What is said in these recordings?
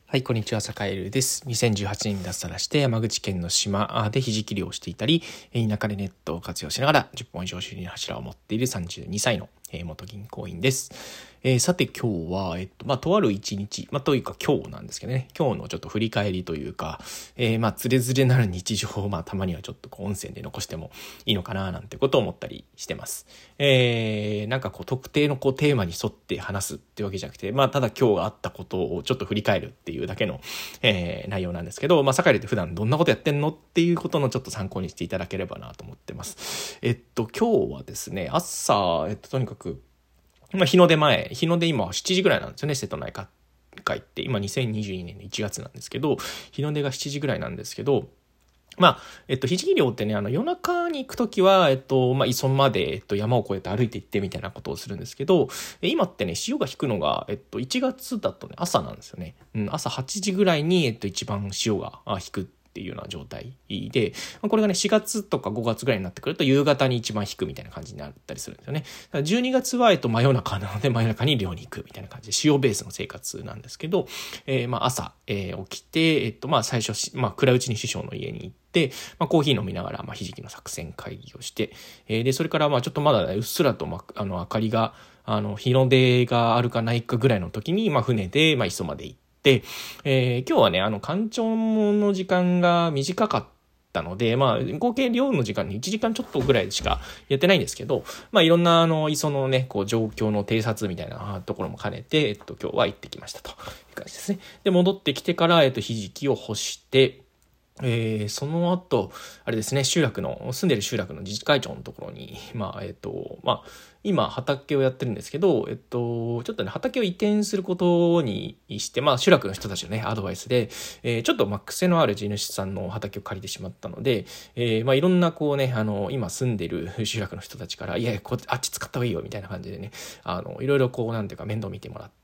はい、こんにちは、坂井です。2018年に脱サラして山口県の島でひじき漁をしていたり、田舎でネットを活用しながら10本以上収入の柱を持っている32歳の元銀行員です。さて今日は、とある一日、というか今日なんですけどね、今日のちょっと振り返りというか、つれづれなる日常をたまにはちょっと音声で残してもいいのかななんてことを思ったりしてます。特定のテーマに沿って話すってわけじゃなくて、ただ今日があったことをちょっと振り返るっていうだけの、内容なんですけど、坂井って普段どんなことやってんのっていうことのちょっと参考にしていただければなと思ってます。今日はですね、朝、とにかく日の出今7時ぐらいなんですよね、瀬戸内海って。今2022年の1月なんですけど、日の出が7時ぐらいなんですけど、ひじき漁ってね、夜中に行くときは、磯まで、山を越えて歩いて行ってみたいなことをするんですけど、今ってね、潮が引くのが、1月だとね、朝なんですよね。朝8時ぐらいに、一番潮が引くっていうような状態で、これがね、4月とか5月ぐらいになってくると夕方に一番引くみたいな感じになったりするんですよね。12月は、真夜中なので真夜中に漁に行くみたいな感じで、潮ベースの生活なんですけど、朝、起きて、最初、暗いうちに師匠の家に行って、コーヒー飲みながら、ひじきの作戦会議をして、で、それから、ちょっとまだ、ね、うっすらと、明かりが、日の出があるかないかぐらいの時に、船で、磯まで行って、今日はね、干潮の時間が短かったので、合計漁の時間に1時間ちょっとぐらいしかやってないんですけど、いろんな磯のね、状況の偵察みたいなところも兼ねて、今日は行ってきましたという感じですね。で、戻ってきてから、ひじきを干して、その後、あれですね、住んでる集落の自治会長のところに、今畑をやってるんですけど、ちょっとね、畑を移転することにして、集落の人たちのね、アドバイスで、ちょっと癖のある地主さんの畑を借りてしまったので、いろんな今住んでる集落の人たちから、いやいや、あっち使った方がいいよ、みたいな感じでね、いろいろ面倒見てもらって、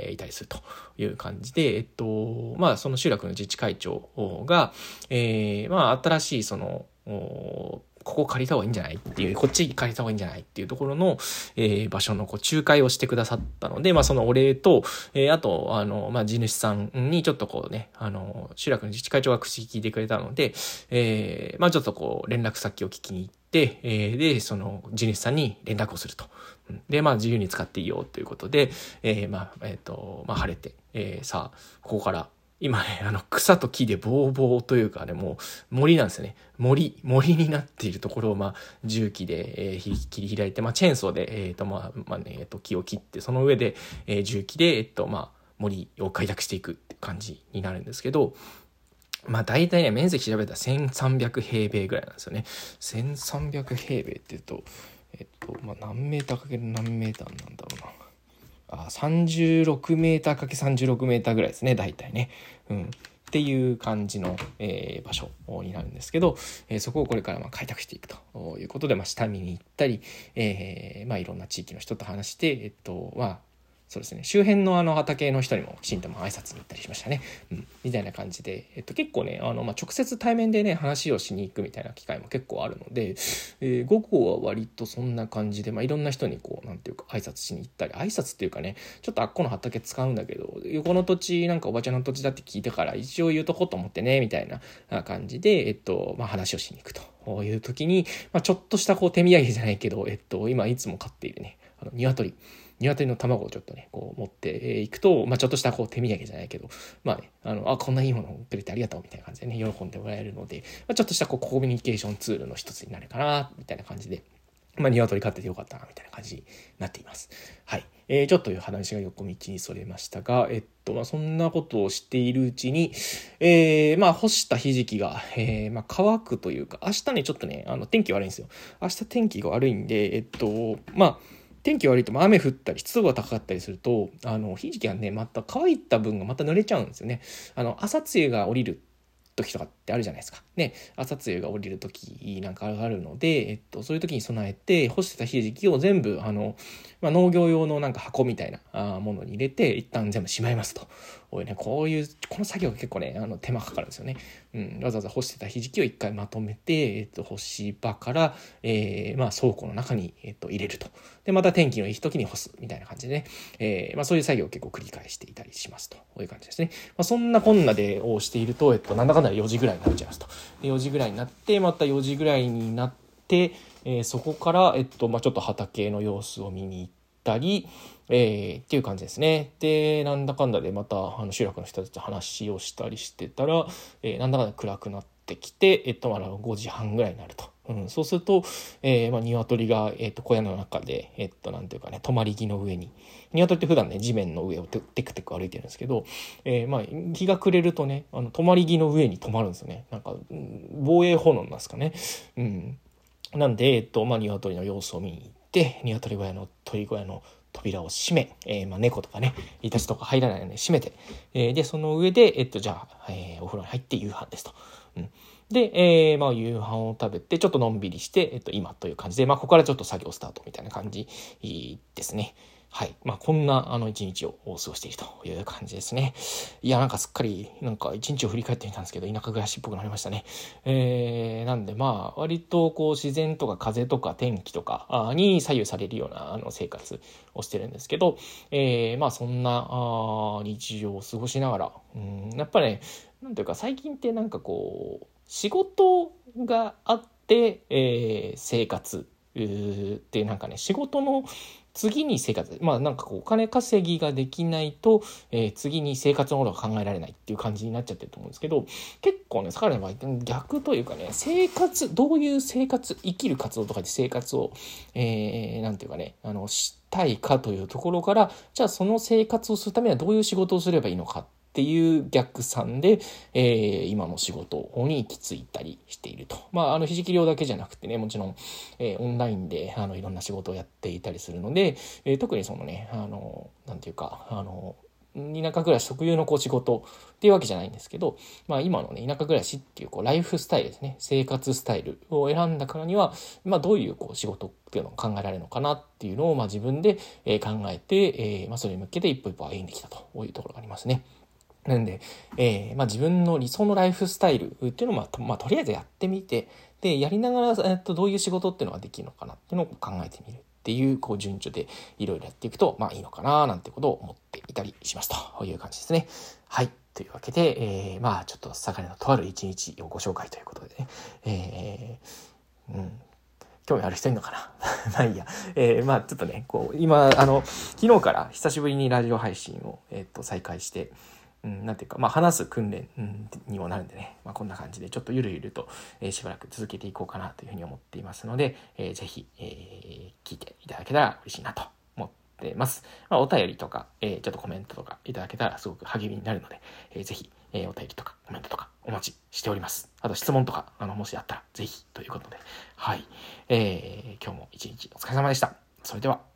いたりするという感じで、その集落の自治会長が、新しいここ借りた方がいいんじゃないっていう、こっち借りた方がいいんじゃないっていうところの、場所の仲介をしてくださったので、そのお礼と、あと、地主さんにちょっと集落の自治会長が口聞いてくれたので、ちょっと連絡先を聞きに行って、で、その地主さんに連絡をすると。で、自由に使っていいよということで、晴れて、さあ、ここから、今ね、草と木でボーボーというかね、もう森なんですよね。森になっているところを、重機で、切り開いて、チェーンソーで、木を切って、その上で、重機で、森を開拓していくって感じになるんですけど、大体ね、面積調べたら1300平米ぐらいなんですよね。1300平米って言うと、何メーターかける何メーターなんだろうな。36メーターかけ36メーターぐらいですね、大体ね。っていう感じの、場所になるんですけど、そこをこれから開拓していくということで、下見に行ったり、いろんな地域の人と話して、そうですね、周辺の畑の人にもきちんと挨拶に行ったりしましたね。みたいな感じで、結構ね、直接対面でね、話をしに行くみたいな機会も結構あるので、午後は割とそんな感じで、いろんな人になんていうか挨拶しに行ったり、挨拶っていうかね、ちょっとあっこの畑使うんだけど、横の土地なんかおばちゃんの土地だって聞いてから一応言うとこうと思ってね、みたいな感じで、話をしに行くという時に、ちょっとした手土産じゃないけど、今いつも飼っているね、鶏の卵をちょっとね、持っていくと、ちょっとした手土産じゃないけど、こんないいものをくれてありがとうみたいな感じでね、喜んでもらえるので、ちょっとしたコミュニケーションツールの一つになるかな、みたいな感じで、鶏飼っててよかったな、みたいな感じになっています。はい。ちょっという話が横道にそれましたが、そんなことをしているうちに、干したひじきが、乾くというか、明日ね、ちょっとね、天気悪いんですよ。明日天気が悪いんで、天気悪いと雨降ったり湿度が高かったりするとひじきがねまた乾いた分がまた濡れちゃうんですよね。朝露が降りる時とかってあるじゃないですかね。朝露が降りる時なんかあるので、そういう時に備えて干してたひじきを全部農業用のなんか箱みたいなものに入れて一旦全部しまいますこの作業が結構ね、手間かかるんですよね。わざわざ干してたひじきを一回まとめて、干し場から、倉庫の中に、入れると。で、また天気のいい時に干すみたいな感じでね、そういう作業を結構繰り返していたりしますと。こういう感じですね。そんなこんなでをしていると、なんだかんだ4時ぐらいになっちゃいますと。で、4時ぐらいになって、また4時ぐらいになって、そこから、ちょっと畑の様子を見に行ったり、っていう感じですね。で、なんだかんだでまた集落の人たちと話をしたりしてたら、なんだかんだ暗くなってきて、まだ5時半ぐらいになると。そうすると、鶏が、小屋の中で、なんていうかね、止まり木の上に、鶏って普段ね、地面の上をテクテク歩いてるんですけど、日が暮れるとね、止まり木の上に止まるんですよね。なんか、防衛本能なんですかね。なんで、鶏の様子を見に行って、鶏小屋の扉を閉め、猫とかね、イタチとか入らないように閉めて、で、その上で、じゃあ、お風呂に入って夕飯ですと。で、夕飯を食べて、ちょっとのんびりして、今という感じで、ここからちょっと作業スタートみたいな感じですね。はい。こんな、一日を過ごしているという感じですね。いや、なんかすっかり、一日を振り返ってみたんですけど、田舎暮らしっぽくなりましたね。なんで、割と、自然とか風とか天気とかに左右されるような、生活をしてるんですけど、そんな、日常を過ごしながら、やっぱね、なんていうか、最近って仕事があって、生活って仕事の次に生活、お金稼ぎができないと、次に生活のことが考えられないっていう感じになっちゃってると思うんですけど、結構ね、彼の場合逆というかね、どういう生きる活動とかで生活を、したいかというところから、じゃあその生活をするためにはどういう仕事をすればいいのかっていう逆算で、今の仕事に行き着いたりしていると。ひじき漁だけじゃなくてね、もちろん、オンラインでいろんな仕事をやっていたりするので、特にそのね、なんていうか、田舎暮らし特有の仕事っていうわけじゃないんですけど、今のね、田舎暮らしっていうライフスタイルですね、生活スタイルを選んだからには、どういう仕事っていうのを考えられるのかなっていうのを自分で考えて、それに向けて一歩一歩歩んできたというところがありますね。なんで、自分の理想のライフスタイルっていうのを、とりあえずやってみて、で、やりながら、どういう仕事っていうのができるのかなっていうのを考えてみるっていう、順序でいろいろやっていくと、いいのかななんてことを思っていたりしますという感じですね。はい。というわけで、ちょっと魚のとある一日をご紹介ということでね、興味ある人いるのかないいや。ちょっとね、今、昨日から久しぶりにラジオ配信を、再開して、なんていうか、話す訓練、にもなるんでね、こんな感じでちょっとゆるゆると、しばらく続けていこうかなというふうに思っていますので、ぜひ、聞いていただけたら嬉しいなと思ってます。お便りとか、ちょっとコメントとかいただけたらすごく励みになるので、ぜひ、お便りとかコメントとかお待ちしております。あと質問とか、もしあったらぜひということで、はい。今日も一日お疲れ様でした。それでは。